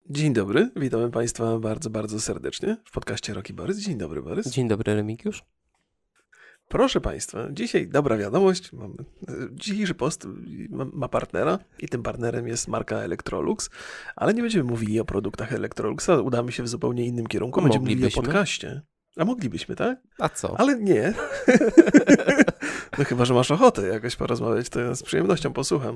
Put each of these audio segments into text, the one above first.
Dzień dobry, witamy Państwa bardzo, bardzo serdecznie w podcaście Roki Borys. Dzień dobry, Borys. Dzień dobry, Remigiusz. Proszę Państwa, dzisiaj dobra wiadomość. Dzisiejszy post ma partnera i tym partnerem jest marka Electrolux, ale nie będziemy mówili o produktach Electroluxa, udamy się w zupełnie innym kierunku. Będziemy mówili o podcaście. A moglibyśmy, tak? A co? Ale nie. No chyba, że masz ochotę jakoś porozmawiać, to ja z przyjemnością posłucham.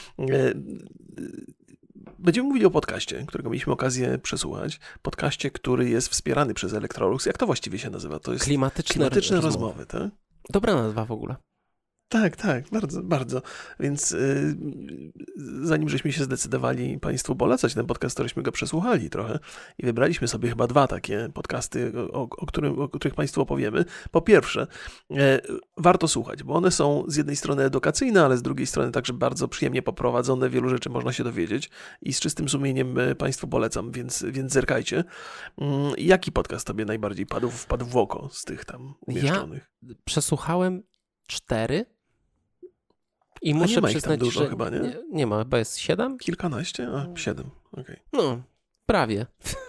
Będziemy mówili o podcaście, którego mieliśmy okazję przesłuchać. Podcaście, który jest wspierany przez Electrolux. Jak to właściwie się nazywa? To jest klimatyczne rozmowy, tak? Dobra nazwa w ogóle. Tak, bardzo, bardzo. Więc zanim żeśmy się zdecydowali Państwu polecać ten podcast, tośmy go przesłuchali trochę i wybraliśmy sobie chyba dwa takie podcasty, o których Państwu opowiemy. Po pierwsze, warto słuchać, bo one są z jednej strony edukacyjne, ale z drugiej strony także bardzo przyjemnie poprowadzone, wielu rzeczy można się dowiedzieć i z czystym sumieniem Państwu polecam, więc zerkajcie. Jaki podcast Tobie najbardziej wpadł w oko z tych tam umieszczonych? Ja przesłuchałem 4. I muszę przyznać, dużo, że chyba, nie? Nie ma, chyba jest 7? Kilkanaście? 7, okej. Okay. No, prawie.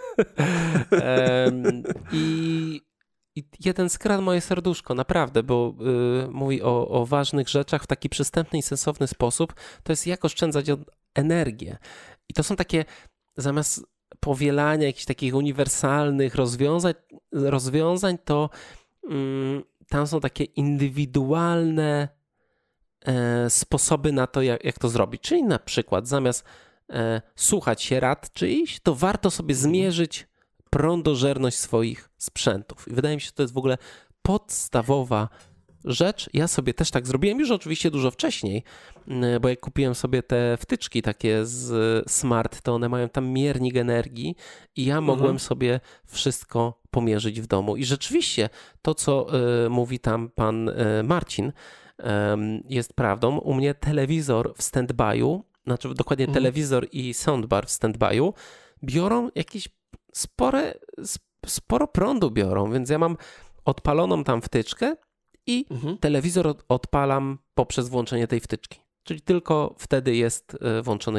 I jeden skradł moje serduszko, naprawdę, bo mówi o ważnych rzeczach w taki przystępny i sensowny sposób. To jest jak oszczędzać energię. I to są takie, zamiast powielania jakichś takich uniwersalnych rozwiązań to tam są takie indywidualne sposoby na to, jak to zrobić. Czyli na przykład zamiast słuchać się rad czyjś, to warto sobie zmierzyć prądożerność swoich sprzętów. I wydaje mi się, że to jest w ogóle podstawowa rzecz. Ja sobie też tak zrobiłem już oczywiście dużo wcześniej, bo jak kupiłem sobie te wtyczki takie z Smart, to one mają tam miernik energii i ja mogłem sobie wszystko pomierzyć w domu. I rzeczywiście to, co mówi tam pan Marcin, jest prawdą. U mnie telewizor w stand-by'u, znaczy dokładnie telewizor i soundbar w stand-by'u biorą jakieś sporo prądu biorą, więc ja mam odpaloną tam wtyczkę i telewizor odpalam poprzez włączenie tej wtyczki. Czyli tylko wtedy jest włączony,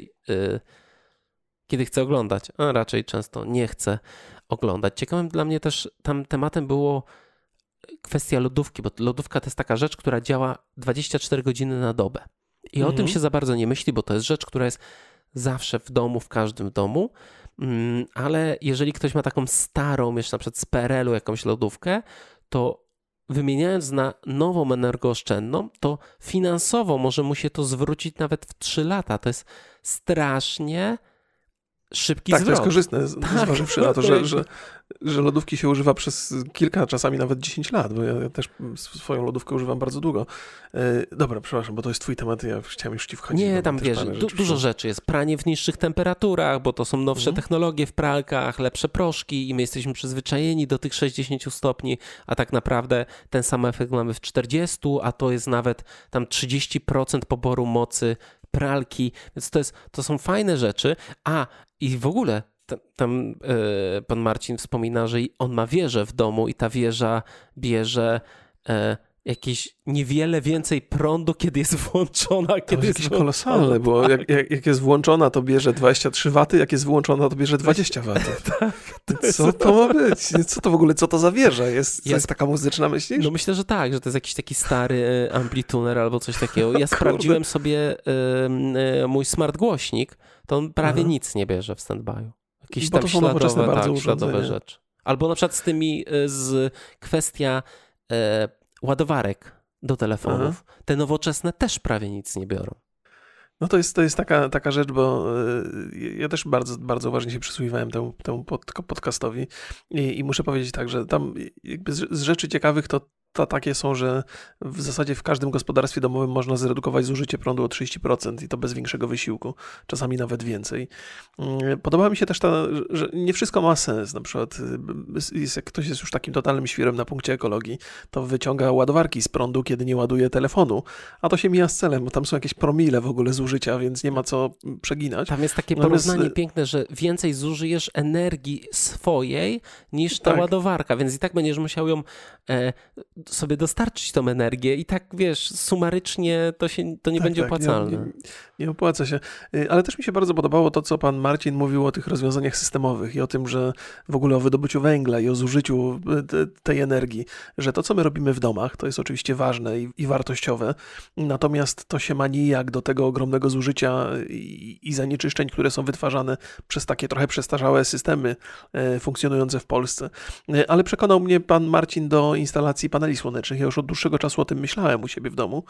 kiedy chcę oglądać, a raczej często nie chcę oglądać. Ciekawym dla mnie też tam tematem było kwestia lodówki, bo lodówka to jest taka rzecz, która działa 24 godziny na dobę. I o tym się za bardzo nie myśli, bo to jest rzecz, która jest zawsze w domu, w każdym domu, ale jeżeli ktoś ma taką starą, jeszcze na przykład z PRL-u jakąś lodówkę, to wymieniając na nową energooszczędną, to finansowo może mu się to zwrócić nawet w 3 lata. To jest strasznie szybki zwrot. To jest korzystne, zważywszy na to, że lodówki się używa przez kilka, czasami nawet 10 lat, bo ja też swoją lodówkę używam bardzo długo. Dobra, przepraszam, bo to jest twój temat, ja chciałem już ci wchodzić. Nie, tam wiesz, dużo rzeczy jest. Pranie w niższych temperaturach, bo to są nowsze technologie w pralkach, lepsze proszki i my jesteśmy przyzwyczajeni do tych 60 stopni, a tak naprawdę ten sam efekt mamy w 40, a to jest nawet tam 30% poboru mocy pralki, więc to są fajne rzeczy. I w ogóle tam pan Marcin wspomina, że on ma wieżę w domu i ta wieża bierze jakieś niewiele więcej prądu, kiedy jest włączona. To jest jakieś kolosalne, bo jak jest włączona, to bierze 23 waty, jak jest włączona, to bierze 20 watów. Co to ma być? Co to za wieża? Jest taka muzyczna, myślisz? No myślę, że tak, że to jest jakiś taki stary amplituner albo coś takiego. Ja sprawdziłem sobie mój smart głośnik, to on prawie nic nie bierze w stand-by'u. Jakieś tam śladowe rzeczy. Albo na przykład kwestia ładowarek do telefonów. Te nowoczesne też prawie nic nie biorą. No to jest taka rzecz, bo ja też bardzo, bardzo uważnie się przysłuchiwałem temu podcastowi i muszę powiedzieć tak, że tam jakby z rzeczy ciekawych to takie są, że w zasadzie w każdym gospodarstwie domowym można zredukować zużycie prądu o 30% i to bez większego wysiłku, czasami nawet więcej. Podoba mi się też że nie wszystko ma sens. Na przykład jak ktoś jest już takim totalnym świrem na punkcie ekologii, to wyciąga ładowarki z prądu, kiedy nie ładuje telefonu, a to się mija z celem, bo tam są jakieś promile w ogóle zużycia, więc nie ma co przeginać. Tam jest takie porównanie piękne, że więcej zużyjesz energii swojej niż ta ładowarka, więc i tak będziesz musiał ją sobie dostarczyć tą energię i tak, wiesz, sumarycznie to nie będzie opłacalne. Nie opłaca się. Ale też mi się bardzo podobało to, co pan Marcin mówił o tych rozwiązaniach systemowych i o tym, że w ogóle o wydobyciu węgla i o zużyciu tej energii, że to, co my robimy w domach, to jest oczywiście ważne i wartościowe, natomiast to się ma nijak do tego ogromnego zużycia i zanieczyszczeń, które są wytwarzane przez takie trochę przestarzałe systemy funkcjonujące w Polsce. Ale przekonał mnie pan Marcin do instalacji paneli słonecznych. Ja już od dłuższego czasu o tym myślałem u siebie w domu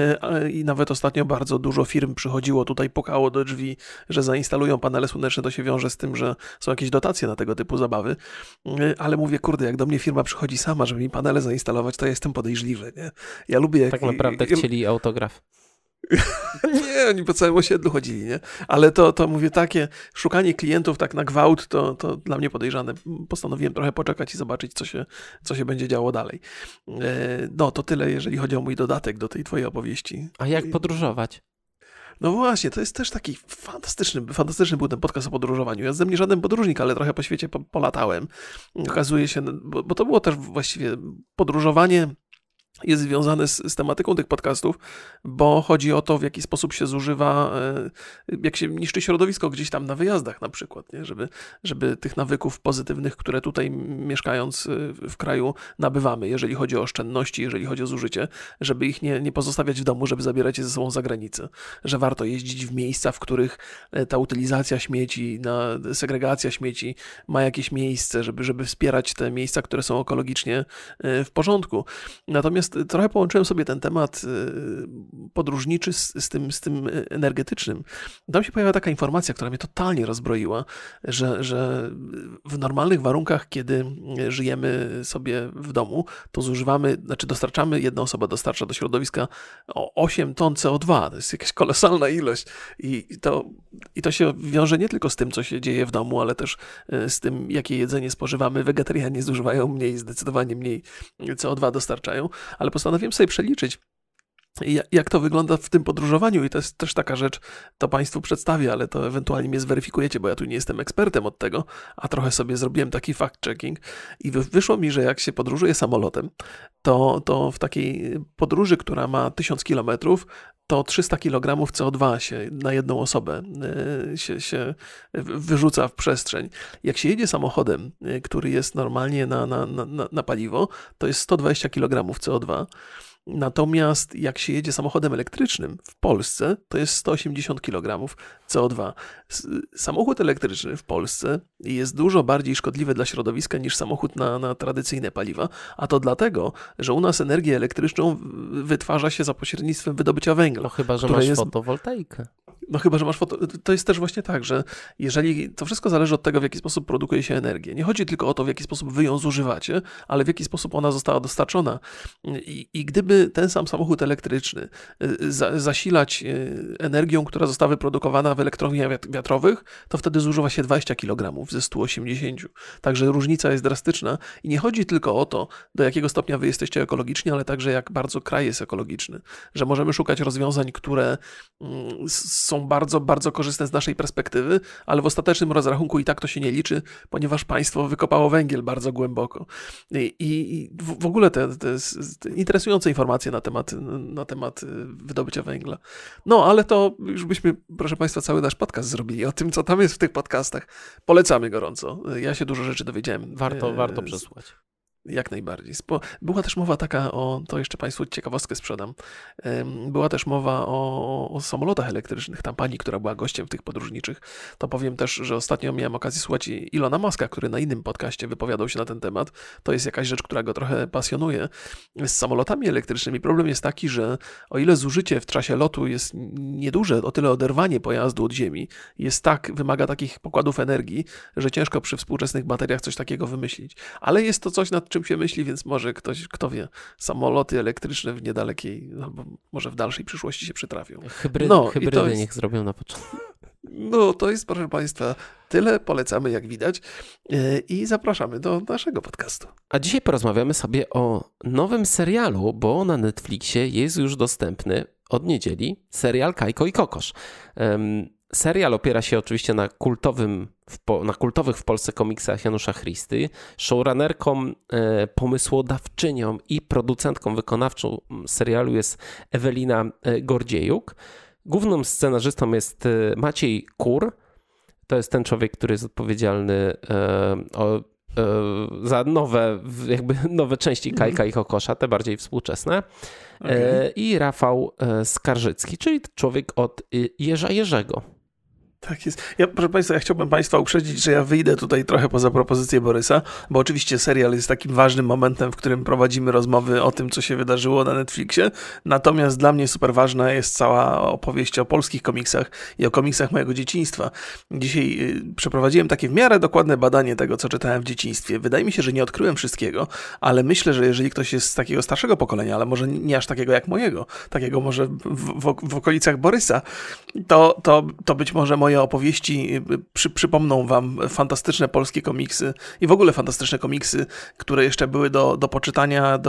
i nawet ostatnio bardzo dużo firm przychodziło tutaj, pukało do drzwi, że zainstalują panele słoneczne. To się wiąże z tym, że są jakieś dotacje na tego typu zabawy, ale mówię, kurde, jak do mnie firma przychodzi sama, żeby mi panele zainstalować, to ja jestem podejrzliwy, nie? Ja lubię... Tak naprawdę chcieli autograf. Nie, oni po całym osiedlu chodzili, nie? Ale to mówię, takie szukanie klientów tak na gwałt, to dla mnie podejrzane. Postanowiłem trochę poczekać i zobaczyć, co się będzie działo dalej. No, to tyle, jeżeli chodzi o mój dodatek do tej twojej opowieści. A jak podróżować? No właśnie, to jest też taki fantastyczny był ten podcast o podróżowaniu. Ja jestem nie żaden podróżnik, ale trochę po świecie polatałem. Okazuje się, bo to było też właściwie podróżowanie jest związane z tematyką tych podcastów, bo chodzi o to, w jaki sposób się zużywa, jak się niszczy środowisko gdzieś tam na wyjazdach na przykład, nie? Żeby tych nawyków pozytywnych, które tutaj mieszkając w kraju nabywamy, jeżeli chodzi o oszczędności, jeżeli chodzi o zużycie, żeby ich nie pozostawiać w domu, żeby zabierać je ze sobą za granicę, że warto jeździć w miejsca, w których ta utylizacja śmieci, segregacja śmieci ma jakieś miejsce, żeby wspierać te miejsca, które są ekologicznie w porządku. Natomiast trochę połączyłem sobie ten temat podróżniczy z tym energetycznym. Tam się pojawiła taka informacja, która mnie totalnie rozbroiła, że w normalnych warunkach, kiedy żyjemy sobie w domu, to dostarczamy, jedna osoba dostarcza do środowiska 8 ton CO2. To jest jakaś kolosalna ilość. I to się wiąże nie tylko z tym, co się dzieje w domu, ale też z tym, jakie jedzenie spożywamy. Wegetarianie zużywają zdecydowanie mniej CO2 dostarczają. Ale postanowiłem sobie przeliczyć, jak to wygląda w tym podróżowaniu i to jest też taka rzecz, to Państwu przedstawię, ale to ewentualnie mnie zweryfikujecie, bo ja tu nie jestem ekspertem od tego, a trochę sobie zrobiłem taki fact-checking i wyszło mi, że jak się podróżuje samolotem, to w takiej podróży, która ma 1000 kilometrów, to 300 kg CO2 się na jedną osobę się wyrzuca w przestrzeń. Jak się jedzie samochodem, który jest normalnie na paliwo, to jest 120 kg CO2. Natomiast jak się jedzie samochodem elektrycznym w Polsce, to jest 180 kg CO2. Samochód elektryczny w Polsce jest dużo bardziej szkodliwy dla środowiska niż samochód na tradycyjne paliwa, a to dlatego, że u nas energię elektryczną wytwarza się za pośrednictwem wydobycia węgla. No chyba, że masz fotowoltaikę. No chyba, że masz to jest też właśnie tak, że jeżeli to wszystko zależy od tego, w jaki sposób produkuje się energię. Nie chodzi tylko o to, w jaki sposób wy ją zużywacie, ale w jaki sposób ona została dostarczona. I gdyby ten sam samochód elektryczny zasilać energią, która została wyprodukowana w elektrowniach wiatrowych, to wtedy zużywa się 20 kg ze 180. Także różnica jest drastyczna i nie chodzi tylko o to, do jakiego stopnia wy jesteście ekologiczni, ale także jak bardzo kraj jest ekologiczny. Że możemy szukać rozwiązań, które są bardzo, bardzo korzystne z naszej perspektywy, ale w ostatecznym rozrachunku i tak to się nie liczy, ponieważ państwo wykopało węgiel bardzo głęboko. I w ogóle te interesujące informacje na temat wydobycia węgla. No, ale to już byśmy, proszę Państwa, cały nasz podcast zrobili o tym, co tam jest w tych podcastach. Polecamy gorąco. Ja się dużo rzeczy dowiedziałem. Warto przesłuchać. Jak najbardziej. Była też mowa taka to jeszcze Państwu ciekawostkę sprzedam. Była też mowa o samolotach elektrycznych. Tam pani, która była gościem w tych podróżniczych, to powiem też, że ostatnio miałem okazję słuchać Ilona Muska, który na innym podcaście wypowiadał się na ten temat. To jest jakaś rzecz, która go trochę pasjonuje. Z samolotami elektrycznymi problem jest taki, że o ile zużycie w czasie lotu jest nieduże, o tyle oderwanie pojazdu od ziemi wymaga takich pokładów energii, że ciężko przy współczesnych bateriach coś takiego wymyślić. Ale jest to coś, nad czym się myśli, więc może ktoś, kto wie, samoloty elektryczne w niedalekiej, albo może w dalszej przyszłości się przytrafią. Hybrydy niech zrobią na początku. No, to jest, proszę Państwa, tyle polecamy, jak widać, i zapraszamy do naszego podcastu. A dzisiaj porozmawiamy sobie o nowym serialu, bo na Netflixie jest już dostępny od niedzieli serial Kajko i Kokosz. Serial opiera się oczywiście na kultowych w Polsce komiksach Janusza Christy. Showrunnerką, pomysłodawczynią i producentką wykonawczą serialu jest Ewelina Gordziejuk. Głównym scenarzystą jest Maciej Kur. To jest ten człowiek, który jest odpowiedzialny za nowe części Kajka i Kokosza, te bardziej współczesne. Okay. I Rafał Skarżycki, czyli człowiek od Jerza Jerzego. Tak jest. Proszę Państwa, ja chciałbym Państwa uprzedzić, że ja wyjdę tutaj trochę poza propozycję Borysa, bo oczywiście serial jest takim ważnym momentem, w którym prowadzimy rozmowy o tym, co się wydarzyło na Netflixie, natomiast dla mnie super ważna jest cała opowieść o polskich komiksach i o komiksach mojego dzieciństwa. Dzisiaj przeprowadziłem takie w miarę dokładne badanie tego, co czytałem w dzieciństwie. Wydaje mi się, że nie odkryłem wszystkiego, ale myślę, że jeżeli ktoś jest z takiego starszego pokolenia, ale może nie aż takiego jak mojego, takiego może w okolicach Borysa, to być może moje opowieści przypomną wam fantastyczne polskie komiksy i w ogóle fantastyczne komiksy, które jeszcze były do poczytania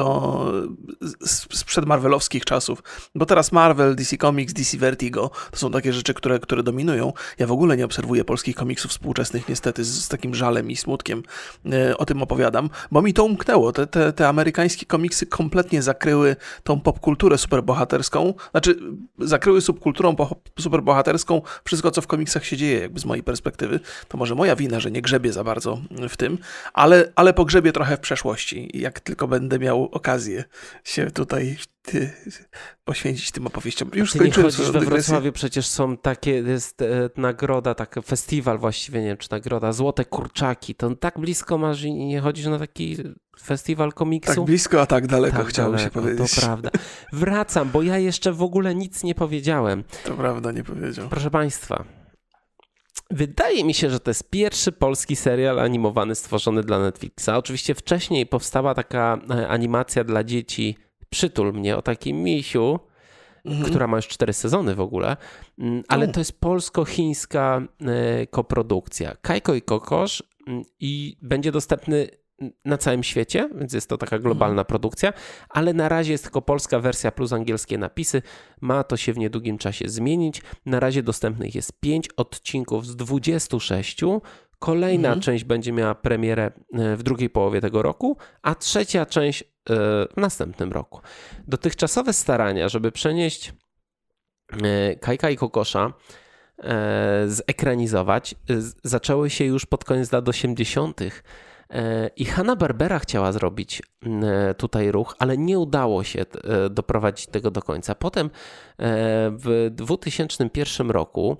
sprzed marvelowskich czasów. Bo teraz Marvel, DC Comics, DC Vertigo to są takie rzeczy, które dominują. Ja w ogóle nie obserwuję polskich komiksów współczesnych, niestety z takim żalem i smutkiem o tym opowiadam, bo mi to umknęło. Te amerykańskie komiksy kompletnie zakryły tą popkulturę superbohaterską, znaczy zakryły subkulturą superbohaterską wszystko, co w komiksach się dzieje, jakby z mojej perspektywy. To może moja wina, że nie grzebię za bardzo w tym, ale pogrzebię trochę w przeszłości, jak tylko będę miał okazję się tutaj poświęcić tym opowieściom. Już skończyłem swoją dygresję. We Wrocławiu przecież są takie, jest nagroda, taki festiwal właściwie, nie wiem czy nagroda, Złote Kurczaki, to tak blisko masz i nie chodzisz na taki festiwal komiksu? Tak blisko, a tak daleko, tak chciałem się powiedzieć. To prawda. Wracam, bo ja jeszcze w ogóle nic nie powiedziałem. To prawda, nie powiedział. Proszę Państwa, wydaje mi się, że to jest pierwszy polski serial animowany stworzony dla Netflixa. Oczywiście wcześniej powstała taka animacja dla dzieci Przytul mnie, o takim misiu, która ma już 4 sezony w ogóle, ale to jest polsko-chińska koprodukcja. Kajko i Kokosz i będzie dostępny na całym świecie, więc jest to taka globalna produkcja, ale na razie jest tylko polska wersja plus angielskie napisy. Ma to się w niedługim czasie zmienić. Na razie dostępnych jest 5 odcinków z 26. Kolejna część będzie miała premierę w drugiej połowie tego roku, a trzecia część w następnym roku. Dotychczasowe starania, żeby przenieść Kajka i Kokosza, zekranizować, zaczęły się już pod koniec lat 80. I Hanna-Barbera chciała zrobić tutaj ruch, ale nie udało się doprowadzić tego do końca. Potem w 2001 roku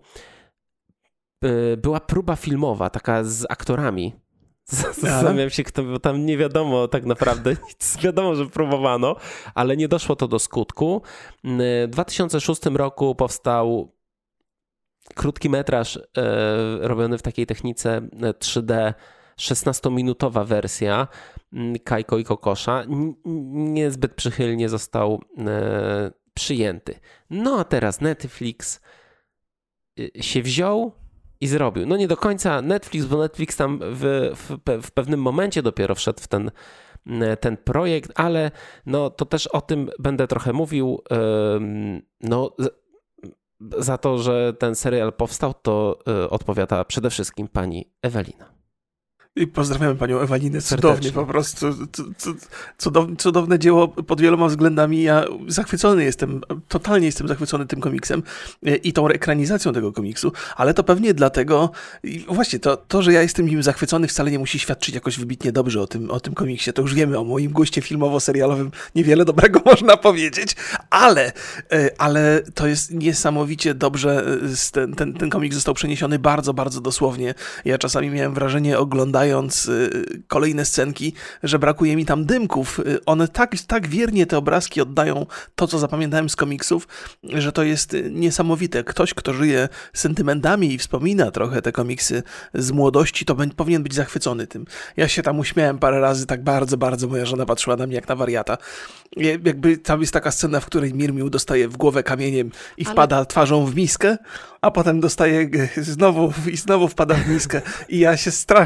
była próba filmowa, taka z aktorami. Zastanawiam się, kto, bo tam nie wiadomo tak naprawdę nic. Wiadomo, że próbowano, ale nie doszło to do skutku. W 2006 roku powstał krótki metraż robiony w takiej technice 3D, 16-minutowa wersja Kajko i Kokosza. Niezbyt przychylnie został przyjęty. No a teraz Netflix się wziął i zrobił. No nie do końca Netflix, bo Netflix tam w pewnym momencie dopiero wszedł w ten projekt, ale no to też o tym będę trochę mówił. No za to, że ten serial powstał, to odpowiada przede wszystkim pani Ewelina. I pozdrawiamy panią Ewalinę, cudownie po prostu, cudowne dzieło pod wieloma względami. Ja zachwycony jestem, totalnie jestem zachwycony tym komiksem i tą ekranizacją tego komiksu, ale to pewnie dlatego, i właśnie to, że ja jestem nim zachwycony, wcale nie musi świadczyć jakoś wybitnie dobrze o tym komiksie. To już wiemy, o moim guście filmowo-serialowym niewiele dobrego można powiedzieć, ale to jest niesamowicie dobrze, ten komiks został przeniesiony bardzo, bardzo dosłownie. Ja czasami miałem wrażenie, oglądając kolejne scenki, że brakuje mi tam dymków. One tak wiernie te obrazki oddają to, co zapamiętałem z komiksów, że to jest niesamowite. Ktoś, kto żyje sentymentami i wspomina trochę te komiksy z młodości, to powinien być zachwycony tym. Ja się tam uśmiałem parę razy, tak bardzo, bardzo moja żona patrzyła na mnie jak na wariata. Jakby tam jest taka scena, w której Mirmił dostaje w głowę kamieniem i wpada twarzą w miskę, a potem dostaje znowu wpada w miskę i ja się strasznie śmiałem,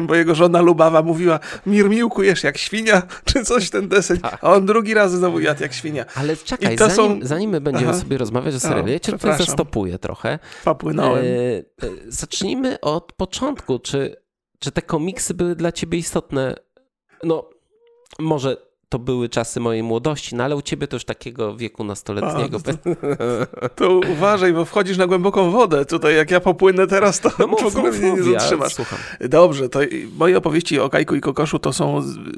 deseń, bo jego żona Lubawa mówiła: Mirmiłku, jesz jak świnia, czy coś ten deseń, a on drugi raz znowu jadł jak świnia. Ale czekaj, zanim my będziemy sobie rozmawiać o serialu, ja cię tutaj zastopuję trochę. Popłynąłem. Zacznijmy od początku. Czy te komiksy były dla ciebie istotne? No, może to były czasy mojej młodości, no ale u ciebie to już takiego wieku nastoletniego. To uważaj, bo wchodzisz na głęboką wodę. Tutaj jak ja popłynę teraz, to w ogóle mnie nie zatrzymasz. Słucham. Dobrze, to moje opowieści o Kajku i Kokoszu to są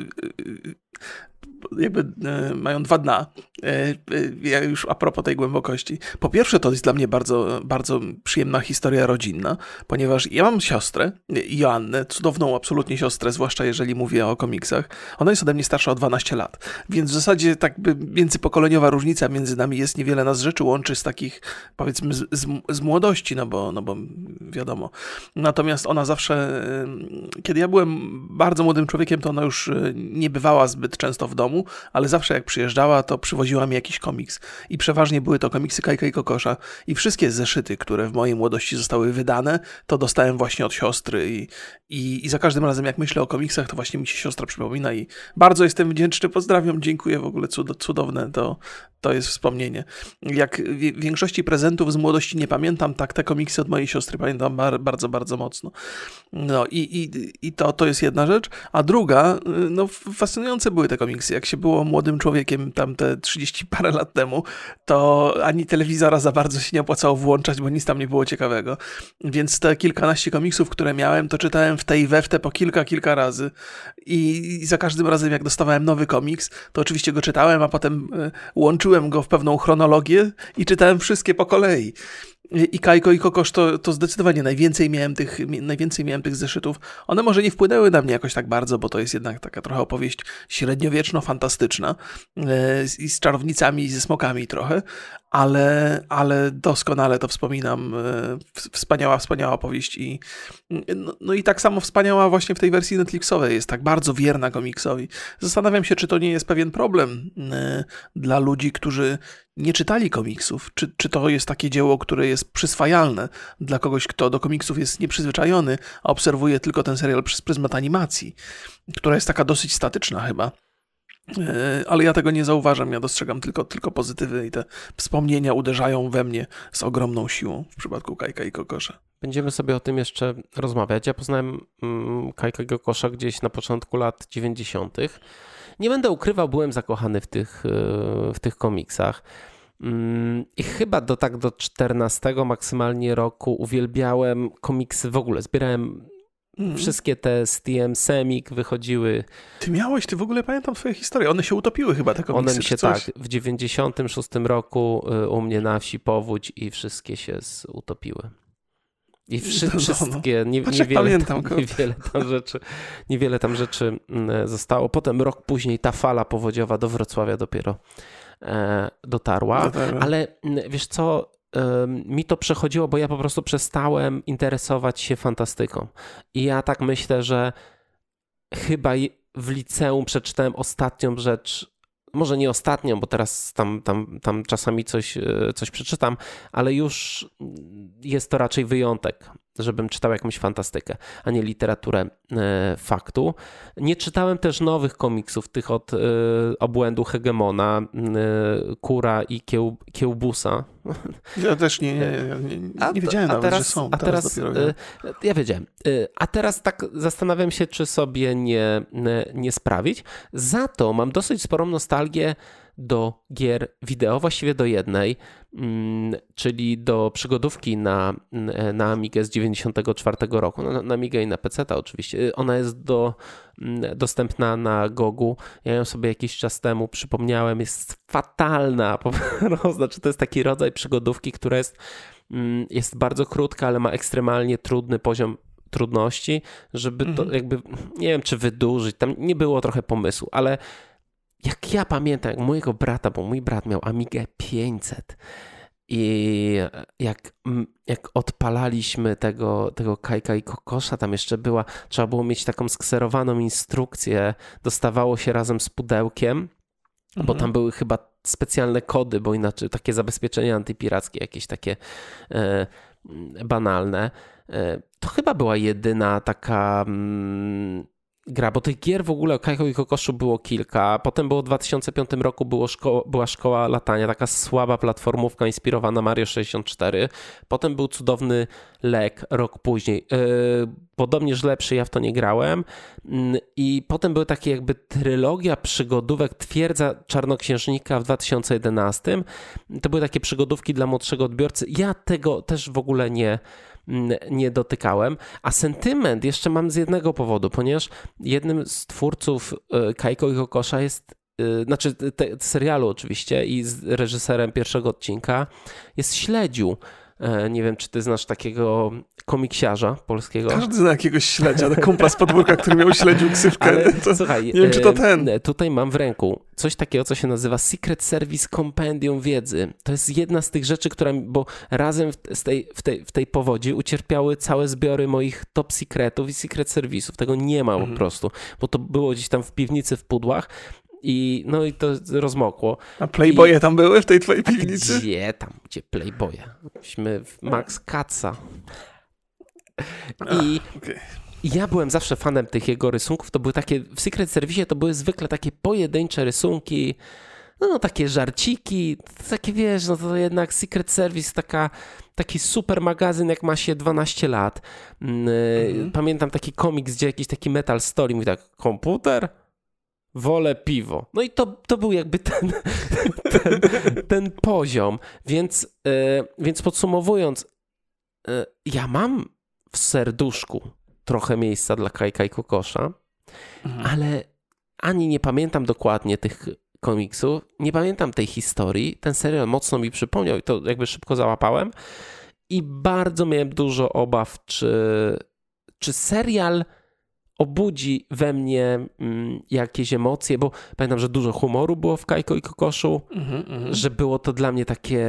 jakby mają dwa dna. Ja już a propos tej głębokości. Po pierwsze, to jest dla mnie bardzo, bardzo przyjemna historia rodzinna, ponieważ ja mam siostrę, Joannę, cudowną absolutnie siostrę, zwłaszcza jeżeli mówię o komiksach. Ona jest ode mnie starsza o 12 lat, więc w zasadzie tak by międzypokoleniowa różnica między nami jest, niewiele nas rzeczy łączy z takich, powiedzmy, z młodości, no bo wiadomo. Natomiast ona zawsze, kiedy ja byłem bardzo młodym człowiekiem, to ona już nie bywała zbyt często w domu, ale zawsze jak przyjeżdżała, to przywoziła mi jakiś komiks. I przeważnie były to komiksy Kajka i Kokosza. I wszystkie zeszyty, które w mojej młodości zostały wydane, to dostałem właśnie od siostry. I za każdym razem, jak myślę o komiksach, to właśnie mi się siostra przypomina i bardzo jestem wdzięczny. Pozdrawiam, dziękuję, w ogóle cudowne to jest wspomnienie. Jak większości prezentów z młodości nie pamiętam, tak te komiksy od mojej siostry pamiętam bardzo, bardzo mocno. No i to jest jedna rzecz. A druga, no fascynujące były te komiksy. Jak się było młodym człowiekiem tam te 30 parę lat temu, to ani telewizora za bardzo się nie opłacało włączać, bo nic tam nie było ciekawego. Więc te kilkanaście komiksów, które miałem, to czytałem w te i we w te po kilka razy. I za każdym razem, jak dostawałem nowy komiks, to oczywiście go czytałem, a potem łączyłem go w pewną chronologię i czytałem wszystkie po kolei. I Kajko i Kokosz to zdecydowanie najwięcej miałem tych zeszytów. One może nie wpłynęły na mnie jakoś tak bardzo, bo to jest jednak taka trochę opowieść średniowieczno-fantastyczna i z czarownicami i ze smokami trochę, ale doskonale to wspominam. Wspaniała opowieść no i tak samo wspaniała właśnie w tej wersji Netflixowej. Jest tak bardzo wierna komiksowi. Zastanawiam się, czy to nie jest pewien problem dla ludzi, którzy nie czytali komiksów. Czy to jest takie dzieło, które jest przyswajalne dla kogoś, kto do komiksów jest nieprzyzwyczajony, a obserwuje tylko ten serial przez pryzmat animacji, która jest taka dosyć statyczna chyba. Ale ja tego nie zauważam, ja dostrzegam tylko pozytywy i te wspomnienia uderzają we mnie z ogromną siłą w przypadku Kajka i Kokosza. Będziemy sobie o tym jeszcze rozmawiać. Ja poznałem Kajka i Kokosza gdzieś na początku lat 90. Nie będę ukrywał, byłem zakochany w tych komiksach. I chyba do 14 maksymalnie roku uwielbiałem komiksy w ogóle. Zbierałem wszystkie te z TM Semik wychodziły. Ty w ogóle pamiętam twoje historie. One się utopiły chyba, te komiksy. One mi się tak, w 96 roku u mnie na wsi powódź i wszystkie się utopiły. I wszystkie, niewiele tam rzeczy zostało. Potem rok później ta fala powodziowa do Wrocławia dopiero dotarła. Ale wiesz co, mi to przechodziło, bo ja po prostu przestałem interesować się fantastyką. I ja tak myślę, że chyba w liceum przeczytałem ostatnią rzecz, może nie ostatnią, bo teraz tam czasami coś przeczytam, ale już jest to raczej wyjątek, żebym czytał jakąś fantastykę, a nie literaturę faktu. Nie czytałem też nowych komiksów, tych od Obłędu Hegemona, Kura i Kiełbusa. Ja też nie wiedziałem nawet, że są. A teraz ja wiedziałem. A teraz tak zastanawiam się, czy sobie nie sprawić. Za to mam dosyć sporą nostalgię do gier wideo, właściwie do jednej, czyli do przygodówki na Amigę z 94 roku, na Amigę i na PC-ta oczywiście. Ona jest dostępna na Gogu. Ja ją sobie jakiś czas temu przypomniałem, jest fatalna. Znaczy to jest taki rodzaj przygodówki, która jest bardzo krótka, ale ma ekstremalnie trudny poziom trudności, żeby to jakby, nie wiem czy wydłużyć, tam nie było trochę pomysłu, ale jak ja pamiętam, jak mojego brata, bo mój brat miał Amigę 500 i jak odpalaliśmy tego Kajka i Kokosza, tam jeszcze trzeba było mieć taką skserowaną instrukcję, dostawało się razem z pudełkiem, bo tam były chyba specjalne kody, bo inaczej takie zabezpieczenia antypirackie jakieś takie banalne. To chyba była jedyna taka gra, bo tych gier w ogóle o Kajko i Kokoszu było kilka. Potem było w 2005 roku była Szkoła Latania, taka słaba platformówka inspirowana Mario 64. Potem był Cudowny Lek rok później. Podobnież lepszy, ja w to nie grałem. I potem były takie jakby trylogia przygodówek Twierdza Czarnoksiężnika w 2011. To były takie przygodówki dla młodszego odbiorcy. Ja tego też w ogóle nie dotykałem, a sentyment jeszcze mam z jednego powodu, ponieważ jednym z twórców Kajko i Kokosza jest, serialu oczywiście i z reżyserem pierwszego odcinka jest Śledziu. Nie wiem, czy ty znasz takiego komiksiarza polskiego. Każdy zna jakiegoś śledzia, kumpla z podwórka, który miał śledził ksywkę. Ale, słuchaj, nie wiem, czy to ten. Tutaj mam w ręku coś takiego, co się nazywa Secret Service Compendium Wiedzy. To jest jedna z tych rzeczy, bo razem w tej powodzi ucierpiały całe zbiory moich top secretów i secret serwisów. Tego nie ma po prostu, bo to było gdzieś tam w piwnicy w pudłach. I to rozmokło. A Playboye tam były w tej twojej piwnicy? Gdzie Playboye? Myśmy w Max Katza. Ja byłem zawsze fanem tych jego rysunków. To były takie, w Secret Service to były zwykle takie pojedyncze rysunki, takie żarciki, takie wiesz, to jednak Secret Service taki super magazyn, jak ma się 12 lat. Pamiętam taki komiks, gdzie jakiś taki Metal Story mówi tak, komputer? Wolę piwo. No i to był jakby ten poziom. Więc podsumowując, ja mam w serduszku trochę miejsca dla Kajka i Kokosza, ale ani nie pamiętam dokładnie tych komiksów, nie pamiętam tej historii. Ten serial mocno mi przypomniał i to jakby szybko załapałem i bardzo miałem dużo obaw, czy serial obudzi we mnie jakieś emocje, bo pamiętam, że dużo humoru było w Kajko i Kokoszu, że było to dla mnie takie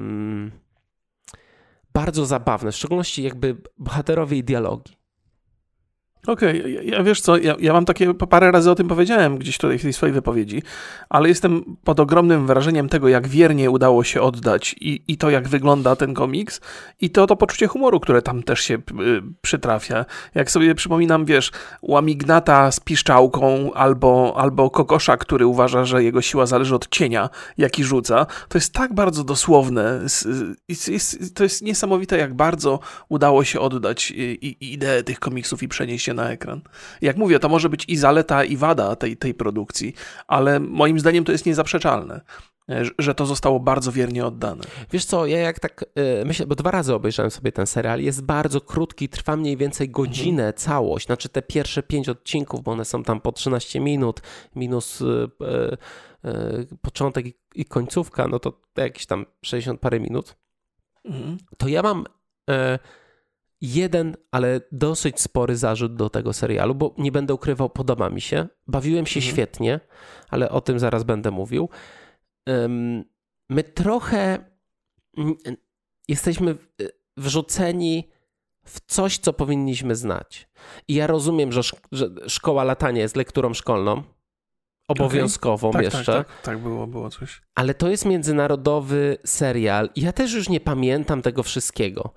bardzo zabawne, w szczególności jakby bohaterowie i dialogi. Okej, ja wiesz co, ja mam takie, parę razy o tym powiedziałem gdzieś tutaj w tej swojej wypowiedzi, ale jestem pod ogromnym wrażeniem tego, jak wiernie udało się oddać i to, jak wygląda ten komiks i to poczucie humoru, które tam też się przytrafia. Jak sobie przypominam, wiesz, Łamignata z piszczałką albo Kokosza, który uważa, że jego siła zależy od cienia, jaki rzuca, to jest tak bardzo dosłowne. To jest niesamowite, jak bardzo udało się oddać ideę tych komiksów i przenieść się na ekran. Jak mówię, to może być i zaleta, i wada tej produkcji, ale moim zdaniem to jest niezaprzeczalne, że to zostało bardzo wiernie oddane. Wiesz co, ja jak tak myślę, bo 2 razy obejrzałem sobie ten serial, jest bardzo krótki, trwa mniej więcej godzinę całość, znaczy te pierwsze 5 odcinków, bo one są tam po 13 minut, minus początek i końcówka, no to jakieś tam 60 parę minut. To ja mam jeden, ale dosyć spory zarzut do tego serialu, bo nie będę ukrywał, podoba mi się. Bawiłem się świetnie, ale o tym zaraz będę mówił. My trochę jesteśmy wrzuceni w coś, co powinniśmy znać. I ja rozumiem, że Szkoła Latania jest lekturą szkolną, obowiązkową jeszcze. Tak, było coś. Ale to jest międzynarodowy serial i ja też już nie pamiętam tego wszystkiego.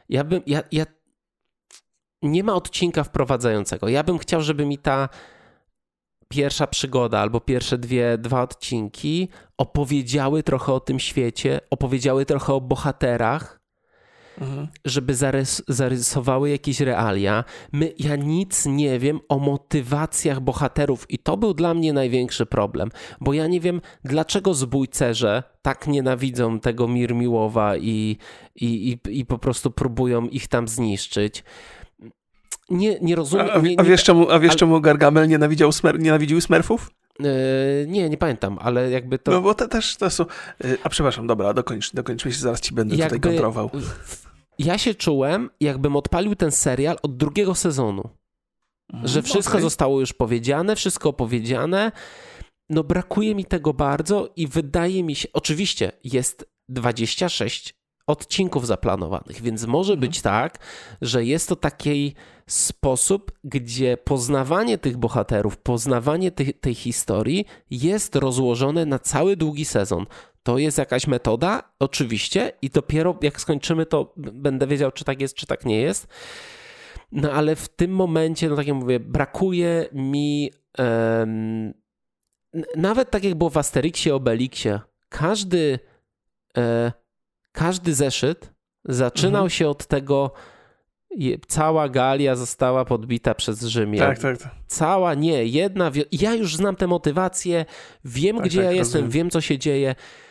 Nie ma odcinka wprowadzającego. Ja bym chciał, żeby mi ta pierwsza przygoda albo pierwsze 2 odcinki opowiedziały trochę o tym świecie, opowiedziały trochę o bohaterach, żeby zarysowały jakieś realia. Ja nic nie wiem o motywacjach bohaterów i to był dla mnie największy problem, bo ja nie wiem, dlaczego zbójcerze tak nienawidzą tego Mirmiłowa i po prostu próbują ich tam zniszczyć. Nie rozumiem. A wiesz czemu Gargamel nienawidził Smurfów? Nie pamiętam, ale jakby to... No bo to są... A przepraszam, dobra, dokończmy się, zaraz ci będę tutaj kontrował. Ja się czułem, jakbym odpalił ten serial od 2 sezonu. Że wszystko zostało już powiedziane, wszystko opowiedziane. No brakuje mi tego bardzo i wydaje mi się... Oczywiście jest 26 odcinków zaplanowanych, więc może być tak, że jest to taki sposób, gdzie poznawanie tych bohaterów, poznawanie tej historii jest rozłożone na cały długi sezon. To jest jakaś metoda, oczywiście, i dopiero jak skończymy, to będę wiedział, czy tak jest, czy tak nie jest. No ale w tym momencie, no tak jak mówię, brakuje mi nawet tak jak było w Asterixie, Obelixie, każdy zeszyt zaczynał się od tego, cała Galia została podbita przez Rzymian. Tak. Ja już znam tę motywację, wiem, gdzie ja jestem, rozumiem. wiem, co się dzieje.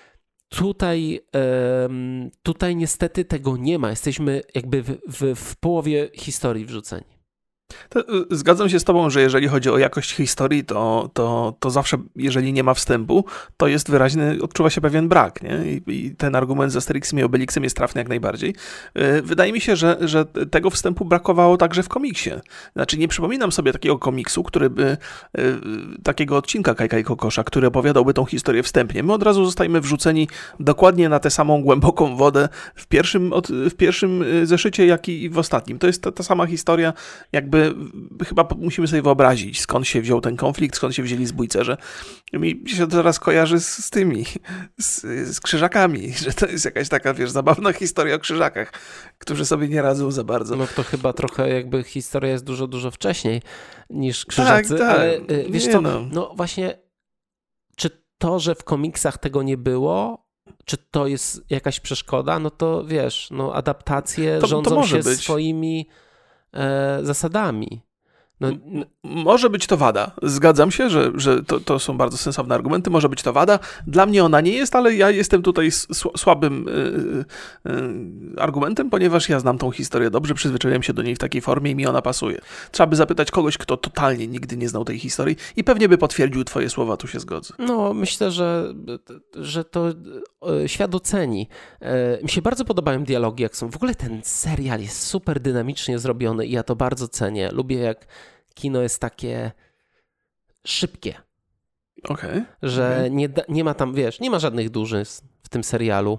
Tutaj niestety tego nie ma. Jesteśmy jakby w połowie historii wrzuceni. Zgadzam się z tobą, że jeżeli chodzi o jakość historii, to zawsze, jeżeli nie ma wstępu, to jest wyraźny, odczuwa się pewien brak, nie? I ten argument z Asterixem i Obelixem jest trafny jak najbardziej. Wydaje mi się, że tego wstępu brakowało także w komiksie. Znaczy, nie przypominam sobie takiego komiksu, który by, takiego odcinka Kajka i Kokosza, który opowiadałby tą historię wstępnie. My od razu zostajemy wrzuceni dokładnie na tę samą głęboką wodę w pierwszym zeszycie, jak i w ostatnim. To jest ta sama historia, jakby chyba musimy sobie wyobrazić, skąd się wziął ten konflikt, skąd się wzięli zbójcerze. Mi się to teraz kojarzy z tymi, z krzyżakami, że to jest jakaś taka, zabawna historia o krzyżakach, którzy sobie nie radzą za bardzo. No to chyba trochę jakby historia jest dużo, dużo wcześniej niż krzyżacy, tak. ale wiesz co, no właśnie, czy to, że w komiksach tego nie było, czy to jest jakaś przeszkoda, no to wiesz, adaptacje rządzą się swoimi zasadami. Może być to wada. Zgadzam się, że to są bardzo sensowne argumenty. Może być to wada. Dla mnie ona nie jest, ale ja jestem tutaj słabym argumentem, ponieważ ja znam tą historię dobrze, przyzwyczaiłem się do niej w takiej formie i mi ona pasuje. Trzeba by zapytać kogoś, kto totalnie nigdy nie znał tej historii i pewnie by potwierdził twoje słowa, tu się zgodzę. No, myślę, że to świat oceni. Mi się bardzo podobają dialogi, jak są. W ogóle ten serial jest super dynamicznie zrobiony i ja to bardzo cenię. Lubię, jak kino jest takie szybkie. Okej. Że nie ma tam, wiesz, nie ma żadnych drużyn w tym serialu.